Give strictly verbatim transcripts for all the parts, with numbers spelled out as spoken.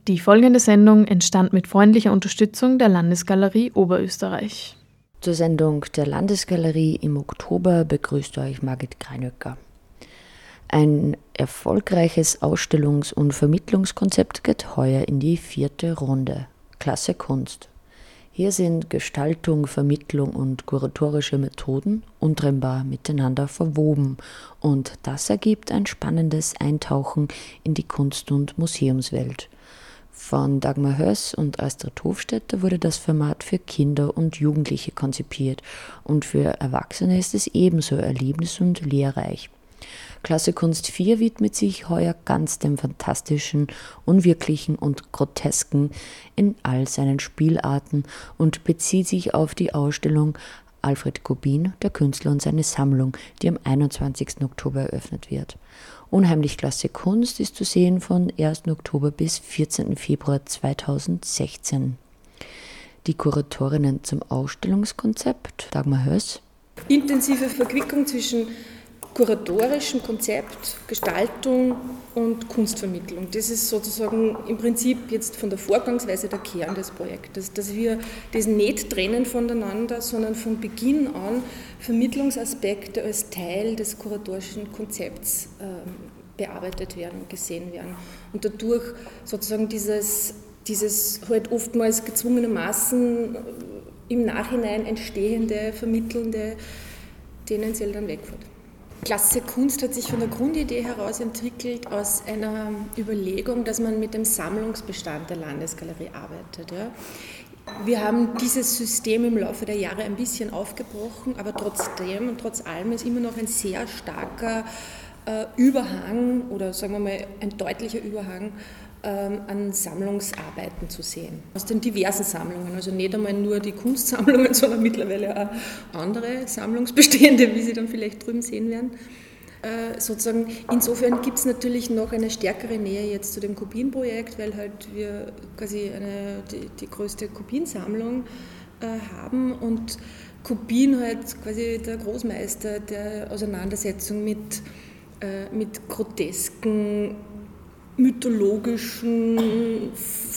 Die folgende Sendung entstand mit freundlicher Unterstützung der Landesgalerie Oberösterreich. Zur Sendung der Landesgalerie im Oktober begrüßt euch Margit Greinöcker. Ein erfolgreiches Ausstellungs- und Vermittlungskonzept geht heuer in die vierte Runde. Klasse Kunst. Hier sind Gestaltung, Vermittlung und kuratorische Methoden untrennbar miteinander verwoben und das ergibt ein spannendes Eintauchen in die Kunst- und Museumswelt. Von Dagmar Höss und Astrid Hofstetter wurde das Format für Kinder und Jugendliche konzipiert und für Erwachsene ist es ebenso erlebnis- und lehrreich. Klasse Kunst vier widmet sich heuer ganz dem Fantastischen, Unwirklichen und Grotesken in all seinen Spielarten und bezieht sich auf die Ausstellung Alfred Kubin, der Künstler und seine Sammlung, die am einundzwanzigsten Oktober eröffnet wird. Unheimlich Klasse Kunst ist zu sehen von ersten Oktober bis vierzehnten Februar zweitausendsechzehn. Die Kuratorinnen zum Ausstellungskonzept, Dagmar Höss. Intensive Verquickung zwischen kuratorischem Konzept, Gestaltung und Kunstvermittlung. Das ist sozusagen im Prinzip jetzt von der Vorgangsweise der Kern des Projektes, dass wir das nicht trennen voneinander, sondern von Beginn an Vermittlungsaspekte als Teil des kuratorischen Konzepts äh, bearbeitet werden und gesehen werden. Und dadurch sozusagen dieses, dieses halt oftmals gezwungenermaßen im Nachhinein entstehende, vermittelnde tendenziell dann wegfällt. Klasse Kunst hat sich von der Grundidee heraus entwickelt aus einer Überlegung, dass man mit dem Sammlungsbestand der Landesgalerie arbeitet. Ja. Wir haben dieses System im Laufe der Jahre ein bisschen aufgebrochen, aber trotzdem und trotz allem ist immer noch ein sehr starker äh, Überhang oder sagen wir mal ein deutlicher Überhang ähm, an Sammlungsarbeiten zu sehen. Aus den diversen Sammlungen, also nicht einmal nur die Kunstsammlungen, sondern mittlerweile auch andere Sammlungsbestände, wie Sie dann vielleicht drüben sehen werden. Äh, sozusagen, insofern gibt es natürlich noch eine stärkere Nähe jetzt zu dem Kubin-Projekt, weil halt wir quasi eine, die, die größte Kubin-Sammlung äh, haben und Kubin halt quasi der Großmeister der Auseinandersetzung mit, äh, mit grotesken, mythologischen,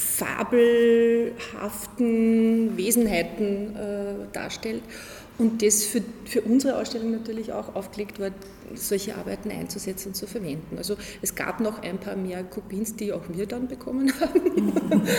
fabelhaften Wesenheiten äh, darstellt. Und das für, für unsere Ausstellung natürlich auch aufgelegt war, solche Arbeiten einzusetzen und zu verwenden. Also es gab noch ein paar mehr Kubins, die auch wir dann bekommen haben.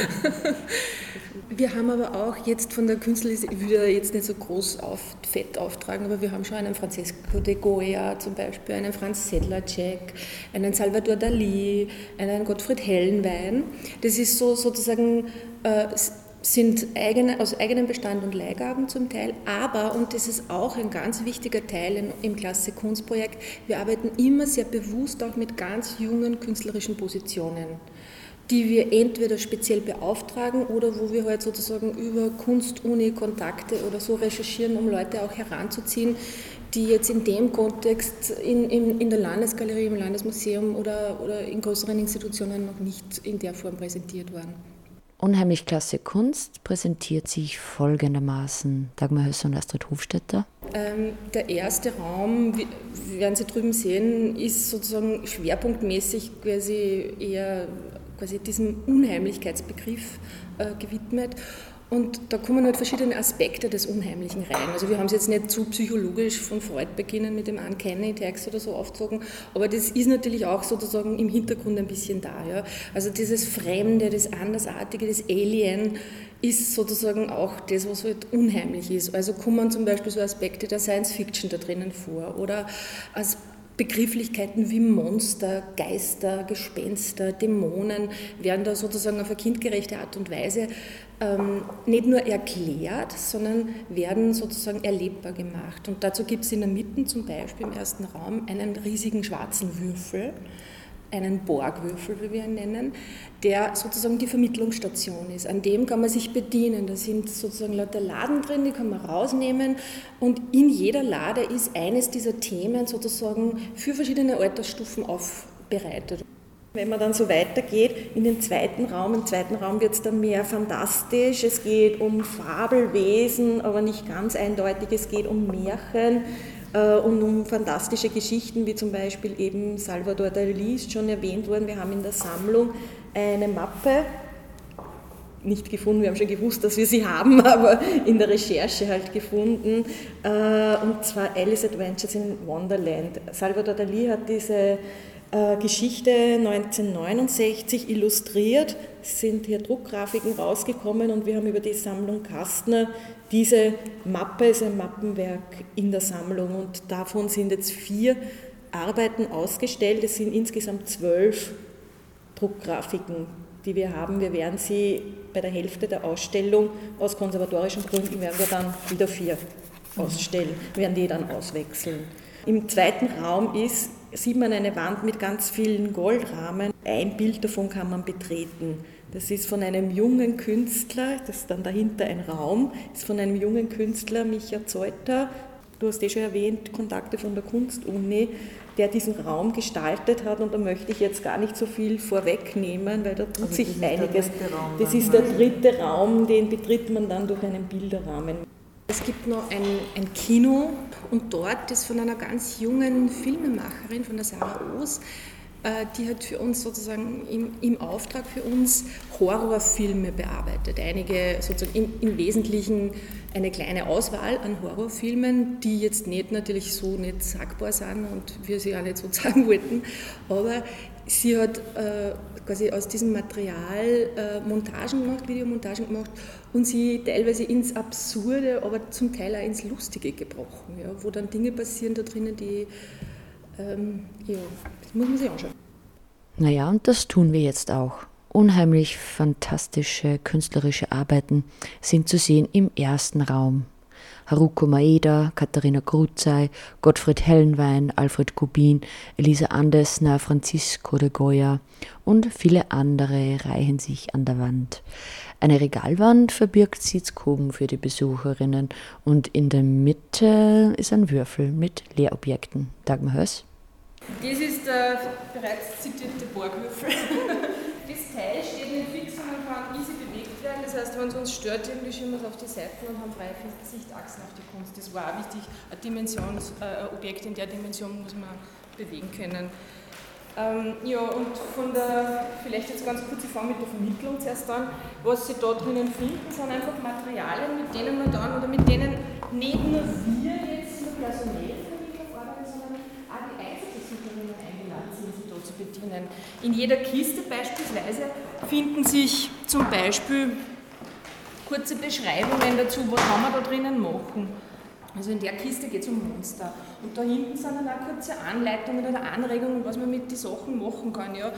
Wir haben aber auch jetzt von der Künstlerliste, ich würde jetzt nicht so groß auf, fett auftragen, aber wir haben schon einen Francesco de Goya zum Beispiel, einen Franz Sedlacek, einen Salvador Dalí, einen Gottfried Hellenwein. Das ist so sozusagen... Äh, sind eigene, aus eigenem Bestand und Leihgaben zum Teil, aber, und das ist auch ein ganz wichtiger Teil in, im Klasse Kunstprojekt, wir arbeiten immer sehr bewusst auch mit ganz jungen künstlerischen Positionen, die wir entweder speziell beauftragen oder wo wir halt sozusagen über Kunst-Uni-Kontakte oder so recherchieren, um Leute auch heranzuziehen, die jetzt in dem Kontext in, in, in der Landesgalerie, im Landesmuseum oder, oder in größeren Institutionen noch nicht in der Form präsentiert waren. Unheimlich Klasse Kunst präsentiert sich folgendermaßen. Dagmar Höss und Astrid Hofstetter. Ähm, der erste Raum, wie, werden Sie drüben sehen, ist sozusagen schwerpunktmäßig quasi eher quasi diesem Unheimlichkeitsbegriff äh, gewidmet. Und da kommen halt verschiedene Aspekte des Unheimlichen rein. Also wir haben es jetzt nicht zu psychologisch von Freud beginnen mit dem Uncanny-Text oder so aufgezogen, aber das ist natürlich auch sozusagen im Hintergrund ein bisschen da. Ja. Also dieses Fremde, das Andersartige, das Alien ist sozusagen auch das, was halt unheimlich ist. Also kommen zum Beispiel so Aspekte der Science-Fiction da drinnen vor oder als Begrifflichkeiten wie Monster, Geister, Gespenster, Dämonen werden da sozusagen auf eine kindgerechte Art und Weise ähm, nicht nur erklärt, sondern werden sozusagen erlebbar gemacht. Und dazu gibt es in der Mitte zum Beispiel im ersten Raum einen riesigen schwarzen Würfel, einen Borgwürfel, wie wir ihn nennen, der sozusagen die Vermittlungsstation ist. An dem kann man sich bedienen. Da sind sozusagen lauter Laden drin, die kann man rausnehmen und in jeder Lade ist eines dieser Themen sozusagen für verschiedene Altersstufen aufbereitet. Wenn man dann so weitergeht in den zweiten Raum, im zweiten Raum wird es dann mehr fantastisch, es geht um Fabelwesen, aber nicht ganz eindeutig, es geht um Märchen und um fantastische Geschichten, wie zum Beispiel eben Salvador Dalí ist schon erwähnt worden. Wir haben in der Sammlung eine Mappe nicht gefunden, wir haben schon gewusst, dass wir sie haben, aber in der Recherche halt gefunden. Und zwar Alice Adventures in Wonderland. Salvador Dalí hat diese Geschichte neunzehnhundertneunundsechzig illustriert. Es sind hier Druckgrafiken rausgekommen und wir haben über die Sammlung Kastner diese Mappe, ist ein Mappenwerk in der Sammlung und davon sind jetzt vier Arbeiten ausgestellt. Es sind insgesamt zwölf Druckgrafiken, die wir haben. Wir werden sie bei der Hälfte der Ausstellung aus konservatorischen Gründen werden wir dann wieder vier ausstellen, werden die dann auswechseln. Im zweiten Raum ist, sieht man eine Wand mit ganz vielen Goldrahmen. Ein Bild davon kann man betreten. Das ist von einem jungen Künstler, das ist dann dahinter ein Raum, ist von einem jungen Künstler, Micha Zeuter, du hast eh schon erwähnt, Kontakte von der Kunstuni, der diesen Raum gestaltet hat und da möchte ich jetzt gar nicht so viel vorwegnehmen, weil da tut also sich einiges. Das ist der dritte Raum, den betritt man dann durch einen Bilderrahmen. Es gibt noch ein, ein Kino und dort ist von einer ganz jungen Filmemacherin, von der Sarah Oos, die hat für uns sozusagen im, im Auftrag für uns Horrorfilme bearbeitet. Einige sozusagen im, im Wesentlichen eine kleine Auswahl an Horrorfilmen, die jetzt nicht natürlich so nicht sagbar sind und wir sie auch nicht so sagen wollten, aber sie hat äh, quasi aus diesem Material äh, Montagen gemacht, Videomontagen gemacht und sie teilweise ins Absurde, aber zum Teil auch ins Lustige gebrochen, ja, wo dann Dinge passieren da drinnen, die ähm, ja, das muss man sich anschauen. Naja, und das tun wir jetzt auch. Unheimlich fantastische künstlerische Arbeiten sind zu sehen im ersten Raum. Haruko Maeda, Katharina Kruzey, Gottfried Hellenwein, Alfred Kubin, Elisa Andesner, Francisco de Goya und viele andere reihen sich an der Wand. Eine Regalwand verbirgt Sitzgruben für die Besucherinnen und in der Mitte ist ein Würfel mit Lehrobjekten. Dagmar Höss. Das ist der bereits zitierte Borgwürfel. Das Teil steht nicht fix und kann easy bewegt werden. Das heißt, wenn es uns stört, irgendwie schieben wir es auf die Seiten und haben freie Sichtachsen auf die Kunst. Das war auch wichtig. Ein Dimensionsobjekt in der Dimension muss man bewegen können. Ähm, ja, und von der, vielleicht jetzt ganz kurz, ich fange mit der Vermittlung zuerst an. Was Sie da drinnen finden, sind einfach Materialien, mit denen man dann, oder mit denen nicht nur wir jetzt nur personell arbeiten, sondern auch die Einzelbesucherinnen eingeladen sind, sich da zu bedienen. In jeder Kiste beispielsweise finden sich zum Beispiel kurze Beschreibungen dazu, was kann man da drinnen machen. Also in der Kiste geht es um Monster. Und da hinten sind dann auch kurze Anleitungen oder Anregungen, was man mit den Sachen machen kann. Ja.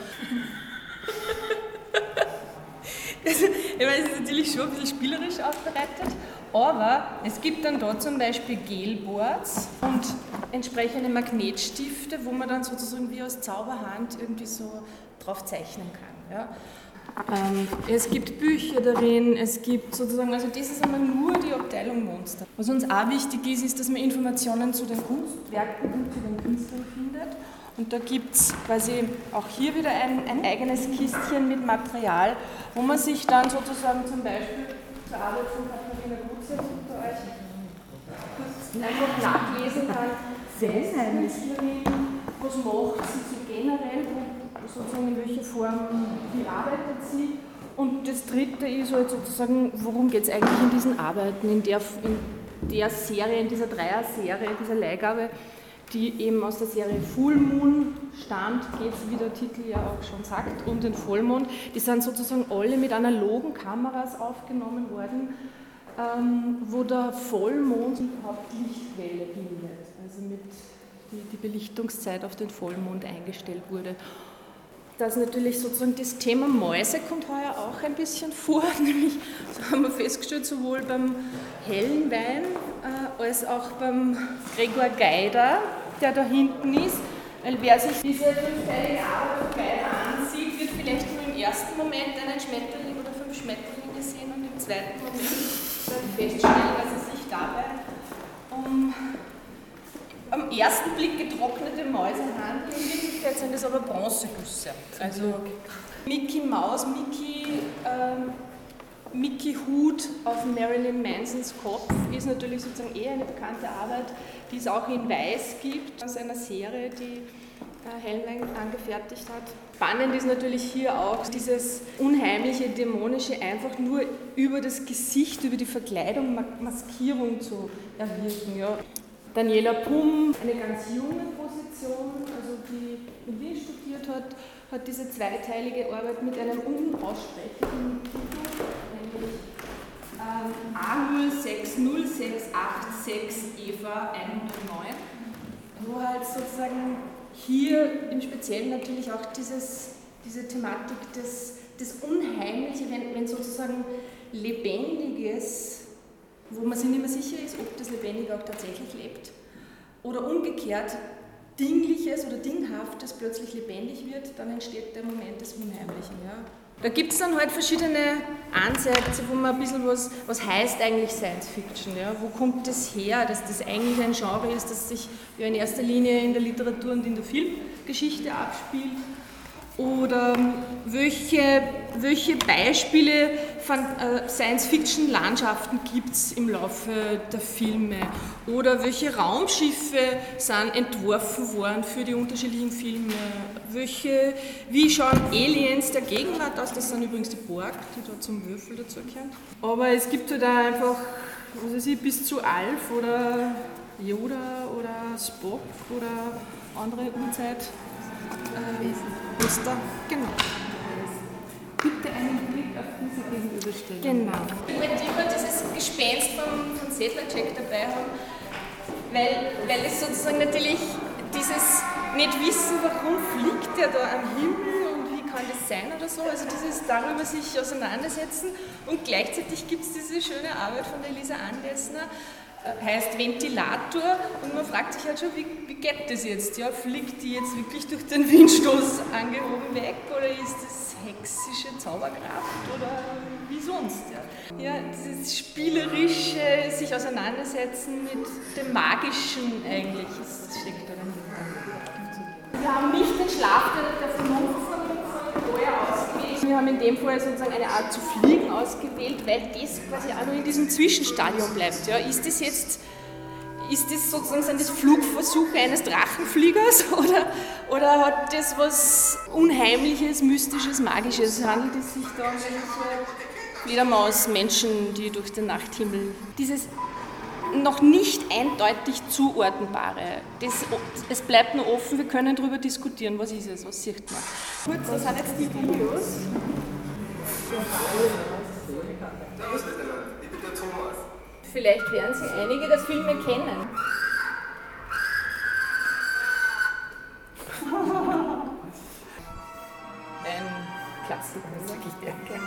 Das, ich meine, es ist natürlich schon ein bisschen spielerisch aufbereitet, aber es gibt dann da zum Beispiel Gelboards und entsprechende Magnetstifte, wo man dann sozusagen wie aus Zauberhand irgendwie so drauf zeichnen kann. Ja. Ähm, es gibt Bücher darin, es gibt sozusagen, also das ist einmal nur die Abteilung Monster. Was uns auch wichtig ist, ist, dass man Informationen zu den Kunstwerken und zu den Künstlern findet. Und da gibt es quasi auch hier wieder ein, ein eigenes Kistchen mit Material, wo man sich dann sozusagen zum Beispiel zur Arbeit von Katharina Kruzey unter euch einfach nachlesen kann. Selbstkünstlerin, was macht sie so generell, sozusagen in welcher Form, wie arbeitet sie? Und das dritte ist halt sozusagen, worum geht es eigentlich in diesen Arbeiten, in der, in der Serie, in dieser Dreier-Serie, dieser Leihgabe, die eben aus der Serie Full Moon stammt, geht es, wie der Titel ja auch schon sagt, um den Vollmond. Die sind sozusagen alle mit analogen Kameras aufgenommen worden, ähm, wo der Vollmond die Hauptlichtquelle bildet, also mit die, die Belichtungszeit auf den Vollmond eingestellt wurde. Dass natürlich sozusagen das Thema Mäuse kommt heuer auch ein bisschen vor, nämlich so haben wir festgestellt, sowohl beim Hellenwein äh, als auch beim Gregor Geider, der da hinten ist. Weil wer sich diese fünfteilige Arbeit von Geider ansieht, wird vielleicht nur im ersten Moment einen Schmetterling oder fünf Schmetterlinge sehen und im zweiten Moment dann feststellen, dass es sich dabei um am ersten Blick getrocknete Mäuse handelt. In Wirklichkeit sind das aber Bronzegüsse. Also Mickey Maus, Mickey, ähm, Mickey Hut auf Marilyn Mansons Kopf ist natürlich sozusagen eher eine bekannte Arbeit, die es auch in Weiß gibt, aus einer Serie, die Helnwein angefertigt hat. Spannend ist natürlich hier auch dieses unheimliche, dämonische einfach nur über das Gesicht, über die Verkleidung, Maskierung zu erwirken. Ja. Daniela Pumm, eine ganz junge Position, also die in Wien studiert hat, hat diese zweiteilige Arbeit mit einem unaussprechlichen Titel, nämlich ähm, A null sechs null sechs acht sechs Eva hundertneun, wo halt sozusagen hier im Speziellen natürlich auch dieses, diese Thematik des, des Unheimlichen, wenn, wenn sozusagen Lebendiges, wo man sich nicht mehr sicher ist, ob das Lebendige auch tatsächlich lebt, oder umgekehrt Dingliches oder Dinghaftes plötzlich lebendig wird, dann entsteht der Moment des Unheimlichen. Ja. Da gibt es dann halt verschiedene Ansätze, wo man ein bisschen was, was heißt eigentlich Science Fiction, ja? Wo kommt das her, dass das eigentlich ein Genre ist, das sich ja in erster Linie in der Literatur und in der Filmgeschichte abspielt, oder welche, welche Beispiele von äh, Science-Fiction-Landschaften gibt es im Laufe der Filme, oder welche Raumschiffe sind entworfen worden für die unterschiedlichen Filme, welche, wie schauen Aliens der Gegenwart aus, das sind übrigens die Borg, die da zum Würfel dazugehören. Aber es gibt halt auch einfach, was weiß ich, bis zu Alf oder Yoda oder Spock oder andere Urzeit. Äh, Muster, genau. Bitte einen Blick auf diese Gegenüberstellung. Genau. Ich möchte immer dieses Gespenst von, von Sedlacek dabei haben, weil, weil es sozusagen natürlich dieses Nicht-Wissen, warum fliegt der da am Himmel und wie kann das sein oder so, also dieses darüber sich auseinandersetzen, und gleichzeitig gibt es diese schöne Arbeit von der Elisa Andesner, heißt Ventilator, und man fragt sich halt schon, wie, wie geht das jetzt? Ja? Fliegt die jetzt wirklich durch den Windstoß angehoben weg, oder ist das hexische Zauberkraft oder wie sonst? Ja, ja, dieses spielerische sich auseinandersetzen mit dem Magischen eigentlich, das steckt da dahinter. Wir haben nicht den Schlaf der Vernunft von vorher ausgewählt. Wir haben in dem Fall sozusagen eine Art zu fliegen ausgewählt, weil das quasi auch noch in diesem Zwischenstadium bleibt. Ja, ist das jetzt, ist das sozusagen, sind das Flugversuche eines Drachenfliegers, oder, oder hat das was Unheimliches, Mystisches, Magisches? Handelt es sich da um welche Fledermausmenschen, die durch den Nachthimmel dieses noch nicht eindeutig zuordnenbare. Das, es bleibt noch offen, wir können darüber diskutieren, was ist es, was sieht man. Gut, das sind jetzt die Videos. Vielleicht werden Sie einige der Filme kennen. Ein Klassiker, sag ich dir gerne.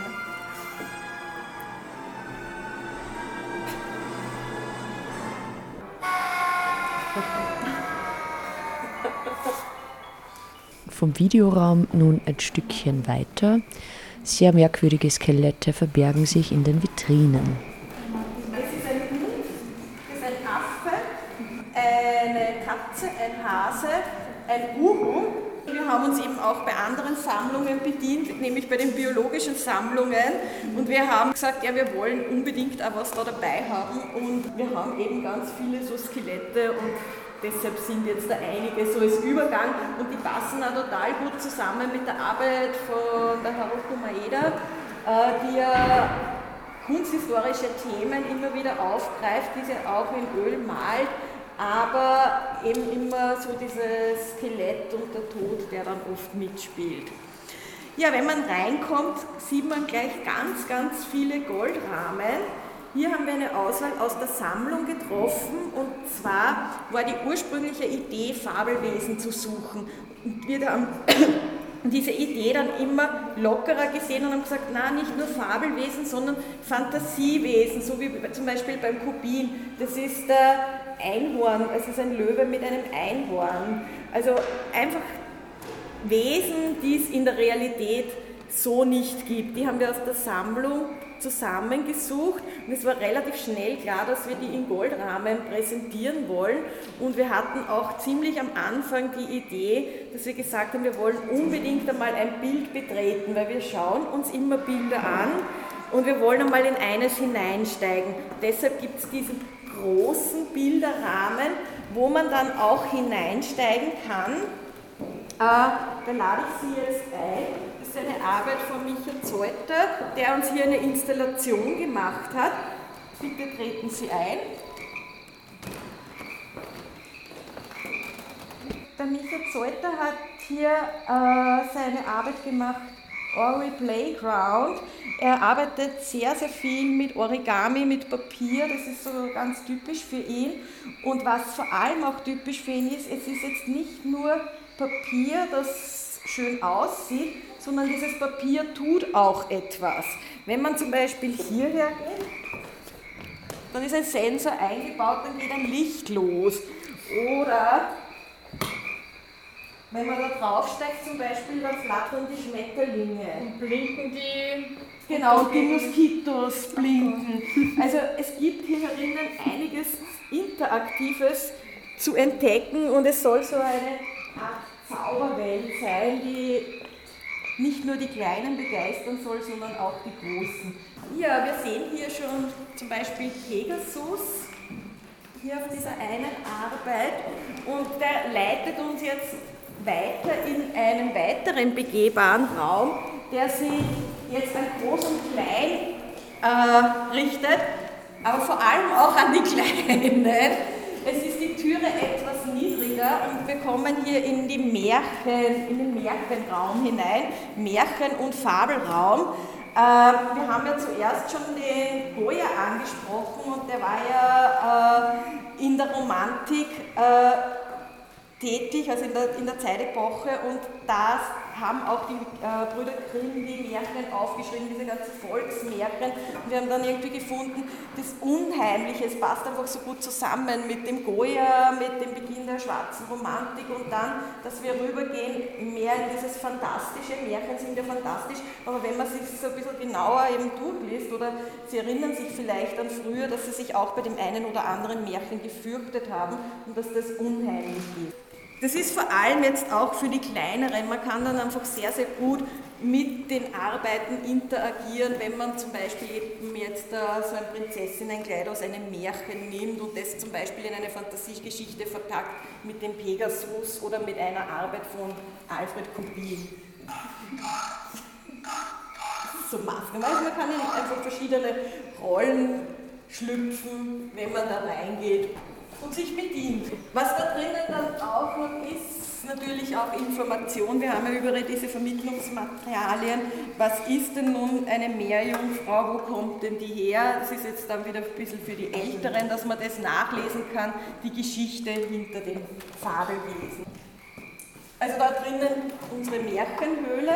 Vom Videoraum nun ein Stückchen weiter. Sehr merkwürdige Skelette verbergen sich in den Vitrinen. Das ist ein Hund, das ist ein Affe, eine Katze, ein Hase, ein Uhu. Wir haben uns eben auch bei anderen Sammlungen bedient, nämlich bei den biologischen Sammlungen. Und wir haben gesagt, ja, wir wollen unbedingt auch was da dabei haben. Und wir haben eben ganz viele so Skelette, und deshalb sind jetzt da einige so als Übergang, und die passen auch total gut zusammen mit der Arbeit von der Haruko Maeda, die ja kunsthistorische Themen immer wieder aufgreift, die sie auch in Öl malt, aber eben immer so dieses Skelett und der Tod, der dann oft mitspielt. Ja, wenn man reinkommt, sieht man gleich ganz, ganz viele Goldrahmen. Hier haben wir eine Auswahl aus der Sammlung getroffen, und zwar war die ursprüngliche Idee, Fabelwesen zu suchen. Und wir haben diese Idee dann immer lockerer gesehen und haben gesagt, na, nicht nur Fabelwesen, sondern Fantasiewesen, so wie zum Beispiel beim Kubin. Das ist der Einhorn, es ist ein Löwe mit einem Einhorn. Also einfach Wesen, die es in der Realität so nicht gibt. Die haben wir aus der Sammlung zusammengesucht, und es war relativ schnell klar, dass wir die in Goldrahmen präsentieren wollen, und wir hatten auch ziemlich am Anfang die Idee, dass wir gesagt haben, wir wollen unbedingt einmal ein Bild betreten, weil wir schauen uns immer Bilder an und wir wollen einmal in eines hineinsteigen. Deshalb gibt es diesen großen Bilderrahmen, wo man dann auch hineinsteigen kann. da lade ich Sie jetzt ein. Das ist eine Arbeit von Michael Zeuter, der uns hier eine Installation gemacht hat. Bitte treten Sie ein. Der Michael Zeuter hat hier äh, seine Arbeit gemacht, Ori Playground. Er arbeitet sehr, sehr viel mit Origami, mit Papier, das ist so ganz typisch für ihn. Und was vor allem auch typisch für ihn ist, es ist jetzt nicht nur Papier, das schön aussieht, sondern dieses Papier tut auch etwas. Wenn man zum Beispiel hierher geht, dann ist ein Sensor eingebaut, dann geht ein Licht los. Oder wenn man da draufsteigt zum Beispiel, dann flattern die Schmetterlinge. Und blinken die? Genau, und die Moskitos blinken. Also es gibt hier herinnen einiges Interaktives zu entdecken und es soll so eine Art Zauberwelt sein, die nicht nur die Kleinen begeistern soll, sondern auch die Großen. Ja, wir sehen hier schon zum Beispiel Pegasus, hier auf dieser einen Arbeit, und der leitet uns jetzt weiter in einen weiteren begehbaren Raum, der sich jetzt an Groß und Klein äh, richtet, aber vor allem auch an die Kleinen. Es ist die Türe etwas niedriger und wir kommen hier in, die Märchen, in den Märchenraum hinein, Märchen- und Fabelraum. Äh, wir haben ja zuerst schon den Goya angesprochen und der war ja äh, in der Romantik äh, tätig, also in der, in der Zeitepoche, und da haben auch die äh, Brüder Grimm die Märchen aufgeschrieben, diese ganzen Volksmärchen. Und wir haben dann irgendwie gefunden, das Unheimliche, es passt einfach so gut zusammen mit dem Goya, mit dem Beginn der schwarzen Romantik, und dann, dass wir rübergehen mehr in dieses Fantastische. Märchen sind ja fantastisch, aber wenn man sich so ein bisschen genauer eben durchliest, oder Sie erinnern sich vielleicht an früher, dass sie sich auch bei dem einen oder anderen Märchen gefürchtet haben und dass das unheimlich ist. Das ist vor allem jetzt auch für die Kleineren, man kann dann einfach sehr, sehr gut mit den Arbeiten interagieren, wenn man zum Beispiel eben jetzt uh, so ein Prinzessinnenkleid aus einem Märchen nimmt und das zum Beispiel in eine Fantasiegeschichte verpackt mit dem Pegasus oder mit einer Arbeit von Alfred Kubin. So Masken, also man kann in einfach verschiedene Rollen schlüpfen, wenn man da reingeht und sich bedient. Was da drinnen dann auch noch ist, natürlich auch Information. Wir haben ja über diese Vermittlungsmaterialien. Was ist denn nun eine Meerjungfrau? Wo kommt denn die her? Das ist jetzt dann wieder ein bisschen für die Älteren, dass man das nachlesen kann, die Geschichte hinter dem Fabelwesen. Also da drinnen unsere Märchenhöhle.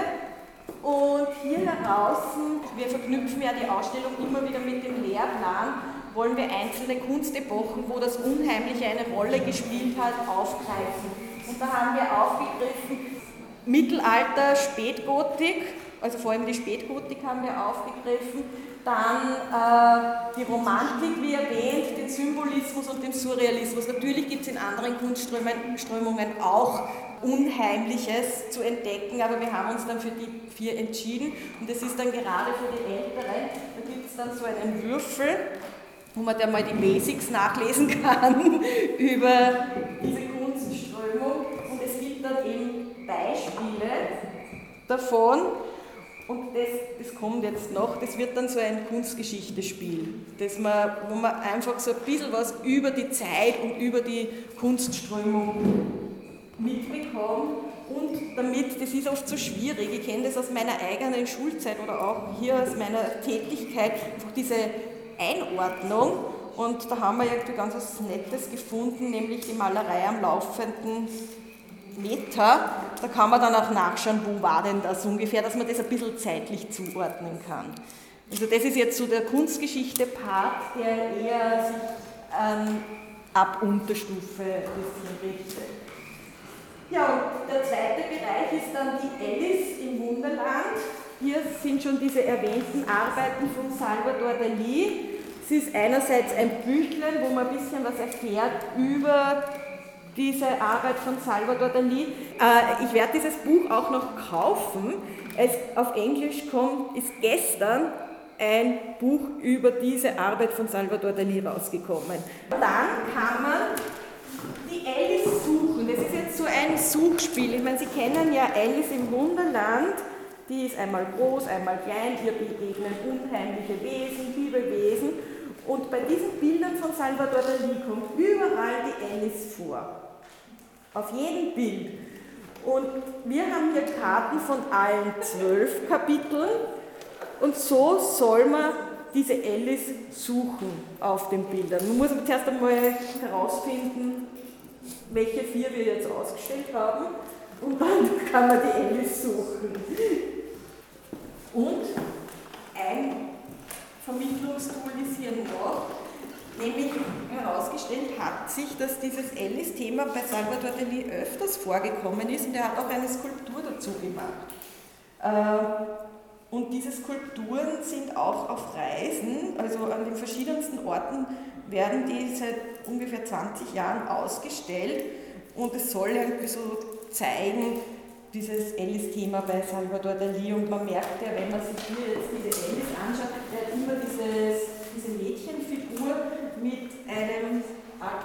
Und hier draußen, wir verknüpfen ja die Ausstellung immer wieder mit dem Lehrplan, wollen wir einzelne Kunstepochen, wo das Unheimliche eine Rolle gespielt hat, aufgreifen. Und da haben wir aufgegriffen Mittelalter, Spätgotik, also vor allem die Spätgotik haben wir aufgegriffen, dann äh, die Romantik, wie erwähnt, den Symbolismus und den Surrealismus. Natürlich gibt es in anderen Kunstströmungen auch Unheimliches zu entdecken, aber wir haben uns dann für die vier entschieden, und es ist dann gerade für die Älteren, da gibt es dann so einen Würfel, wo man dann mal die Basics nachlesen kann über diese Kunstströmung, und es gibt dann eben Beispiele davon, und das, das kommt jetzt noch, das wird dann so ein Kunstgeschichte-Spiel, das man, wo man einfach so ein bisschen was über die Zeit und über die Kunstströmung mitbekommt, und damit, das ist oft so schwierig, ich kenne das aus meiner eigenen Schulzeit oder auch hier aus meiner Tätigkeit, einfach diese Einordnung, und da haben wir irgendwie ganz was Nettes gefunden, nämlich die Malerei am laufenden Meter. Da kann man dann auch nachschauen, wo war denn das ungefähr, dass man das ein bisschen zeitlich zuordnen kann. Also das ist jetzt so der Kunstgeschichte-Part, der eher sich ähm, ab Unterstufe ein bisschen richtet. Ja, und der zweite Bereich ist dann die Alice im Wunderland. Hier sind schon diese erwähnten Arbeiten von Salvador Dalí. Es ist einerseits ein Büchlein, wo man ein bisschen was erfährt über diese Arbeit von Salvador Dalí. Ich werde dieses Buch auch noch kaufen. Es auf Englisch kommt, ist gestern ein Buch über diese Arbeit von Salvador Dalí rausgekommen. Dann kann man die Alice suchen. Das ist jetzt so ein Suchspiel. Ich meine, Sie kennen ja Alice im Wunderland. Die ist einmal groß, einmal klein, ihr begegnen unheimliche Wesen, Fibelwesen. Und bei diesen Bildern von Salvador Dalí kommt überall die Alice vor. Auf jedem Bild. Und wir haben hier Karten von allen zwölf Kapiteln. Und so soll man diese Alice suchen auf den Bildern. Man muss aber zuerst einmal herausfinden, welche vier wir jetzt ausgestellt haben. Und dann kann man die Alice suchen. Und ein Vermittlungstool ist hier noch, nämlich herausgestellt hat sich, dass dieses Alice-Thema bei Salvador Dalí öfters vorgekommen ist und er hat auch eine Skulptur dazu gemacht. Und diese Skulpturen sind auch auf Reisen, also an den verschiedensten Orten werden die seit ungefähr zwanzig Jahren ausgestellt und es soll irgendwie so zeigen, dieses Alice-Thema bei Salvador Dalí und man merkt ja, wenn man sich hier jetzt diese Alice anschaut, er hat immer dieses, diese Mädchenfigur mit einem Art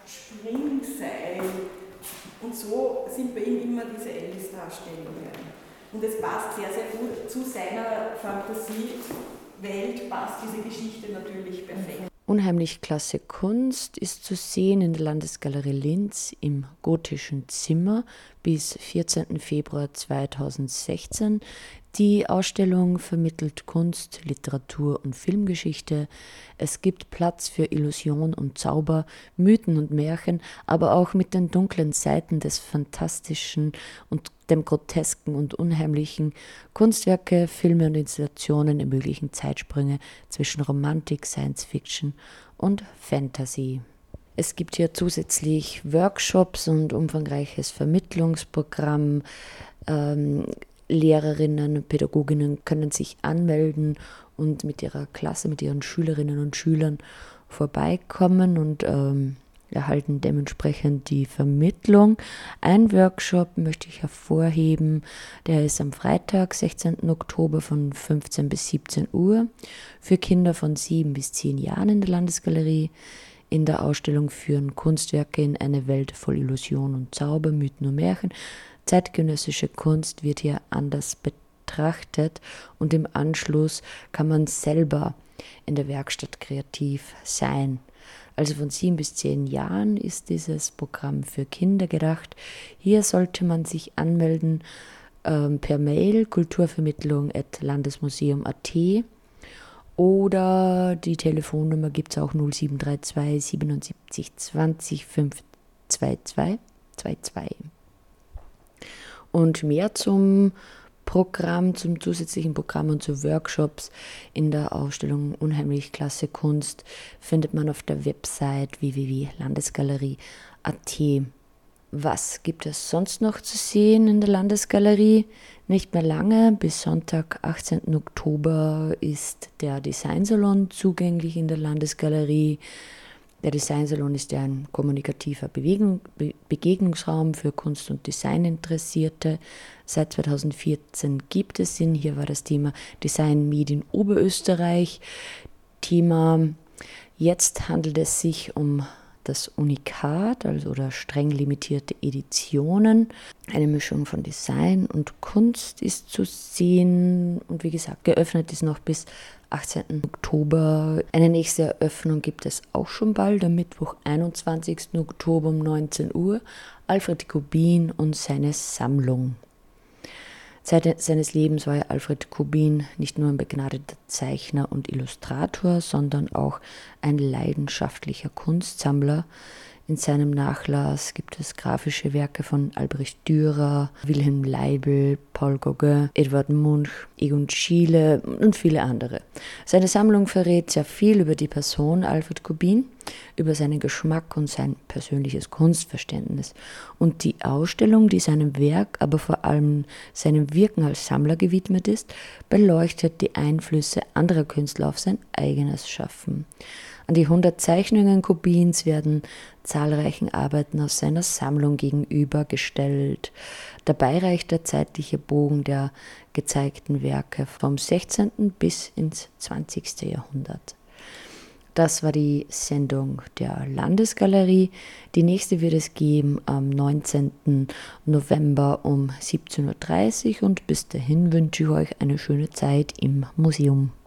Springseil und so sind bei ihm immer diese Alice-Darstellungen. Und es passt sehr, sehr gut zu seiner Fantasiewelt, passt diese Geschichte natürlich perfekt. Unheimlich klasse Kunst ist zu sehen in der Landesgalerie Linz im Gotischen Zimmer bis vierzehnten Februar zweitausendsechzehn. Die Ausstellung vermittelt Kunst, Literatur und Filmgeschichte. Es gibt Platz für Illusion und Zauber, Mythen und Märchen, aber auch mit den dunklen Seiten des Fantastischen und dem Grotesken und Unheimlichen. Kunstwerke, Filme und Installationen ermöglichen Zeitsprünge zwischen Romantik, Science Fiction und Fantasy. Es gibt hier zusätzlich Workshops und umfangreiches Vermittlungsprogramm. Ähm, Lehrerinnen, Pädagoginnen können sich anmelden und mit ihrer Klasse, mit ihren Schülerinnen und Schülern vorbeikommen und ähm, erhalten dementsprechend die Vermittlung. Ein Workshop möchte ich hervorheben, der ist am Freitag, sechzehnten Oktober von fünfzehn bis siebzehn Uhr für Kinder von sieben bis zehn Jahren in der Landesgalerie. In der Ausstellung führen Kunstwerke in eine Welt voll Illusion und Zauber, Mythen und Märchen. Zeitgenössische Kunst wird hier anders betrachtet und im Anschluss kann man selber in der Werkstatt kreativ sein. Also von sieben bis zehn Jahren ist dieses Programm für Kinder gedacht. Hier sollte man sich anmelden ähm, per Mail kulturvermittlung at landesmuseum punkt a t oder die Telefonnummer gibt es auch null sieben drei zwei siebenundsiebzig zwanzig fünf zwei zwei zwei zwei. Und mehr zum Programm, zum zusätzlichen Programm und zu Workshops in der Ausstellung Unheimlich klasse Kunst findet man auf der Website w w w punkt landesgalerie punkt a t. Was gibt es sonst noch zu sehen in der Landesgalerie? Nicht mehr lange, bis Sonntag, achtzehnten Oktober ist der Designsalon zugänglich in der Landesgalerie. Der Designsalon ist ja ein kommunikativer Bewegung, Be- Begegnungsraum für Kunst- und Designinteressierte. Seit zweitausendvierzehn gibt es ihn. Hier war das Thema Design Medien Oberösterreich. Thema, jetzt handelt es sich um das Unikat, also oder streng limitierte Editionen. Eine Mischung von Design und Kunst ist zu sehen und wie gesagt, geöffnet ist noch bis achtzehnten Oktober. Eine nächste Eröffnung gibt es auch schon bald, am Mittwoch, einundzwanzigsten Oktober um neunzehn Uhr. Alfred Kubin und seine Sammlung. Zeit seines Lebens war Alfred Kubin nicht nur ein begnadeter Zeichner und Illustrator, sondern auch ein leidenschaftlicher Kunstsammler. In seinem Nachlass gibt es grafische Werke von Albrecht Dürer, Wilhelm Leibl, Paul Gauguin, Edvard Munch, Egon Schiele und viele andere. Seine Sammlung verrät sehr viel über die Person Alfred Kubin, über seinen Geschmack und sein persönliches Kunstverständnis. Und die Ausstellung, die seinem Werk, aber vor allem seinem Wirken als Sammler gewidmet ist, beleuchtet die Einflüsse anderer Künstler auf sein eigenes Schaffen. An die hundert Zeichnungen Kubins werden zahlreichen Arbeiten aus seiner Sammlung gegenübergestellt. Dabei reicht der zeitliche Bogen der gezeigten Werke vom sechzehnten bis ins zwanzigsten Jahrhundert. Das war die Sendung der Landesgalerie. Die nächste wird es geben am neunzehnten November um siebzehn Uhr dreißig und bis dahin wünsche ich euch eine schöne Zeit im Museum.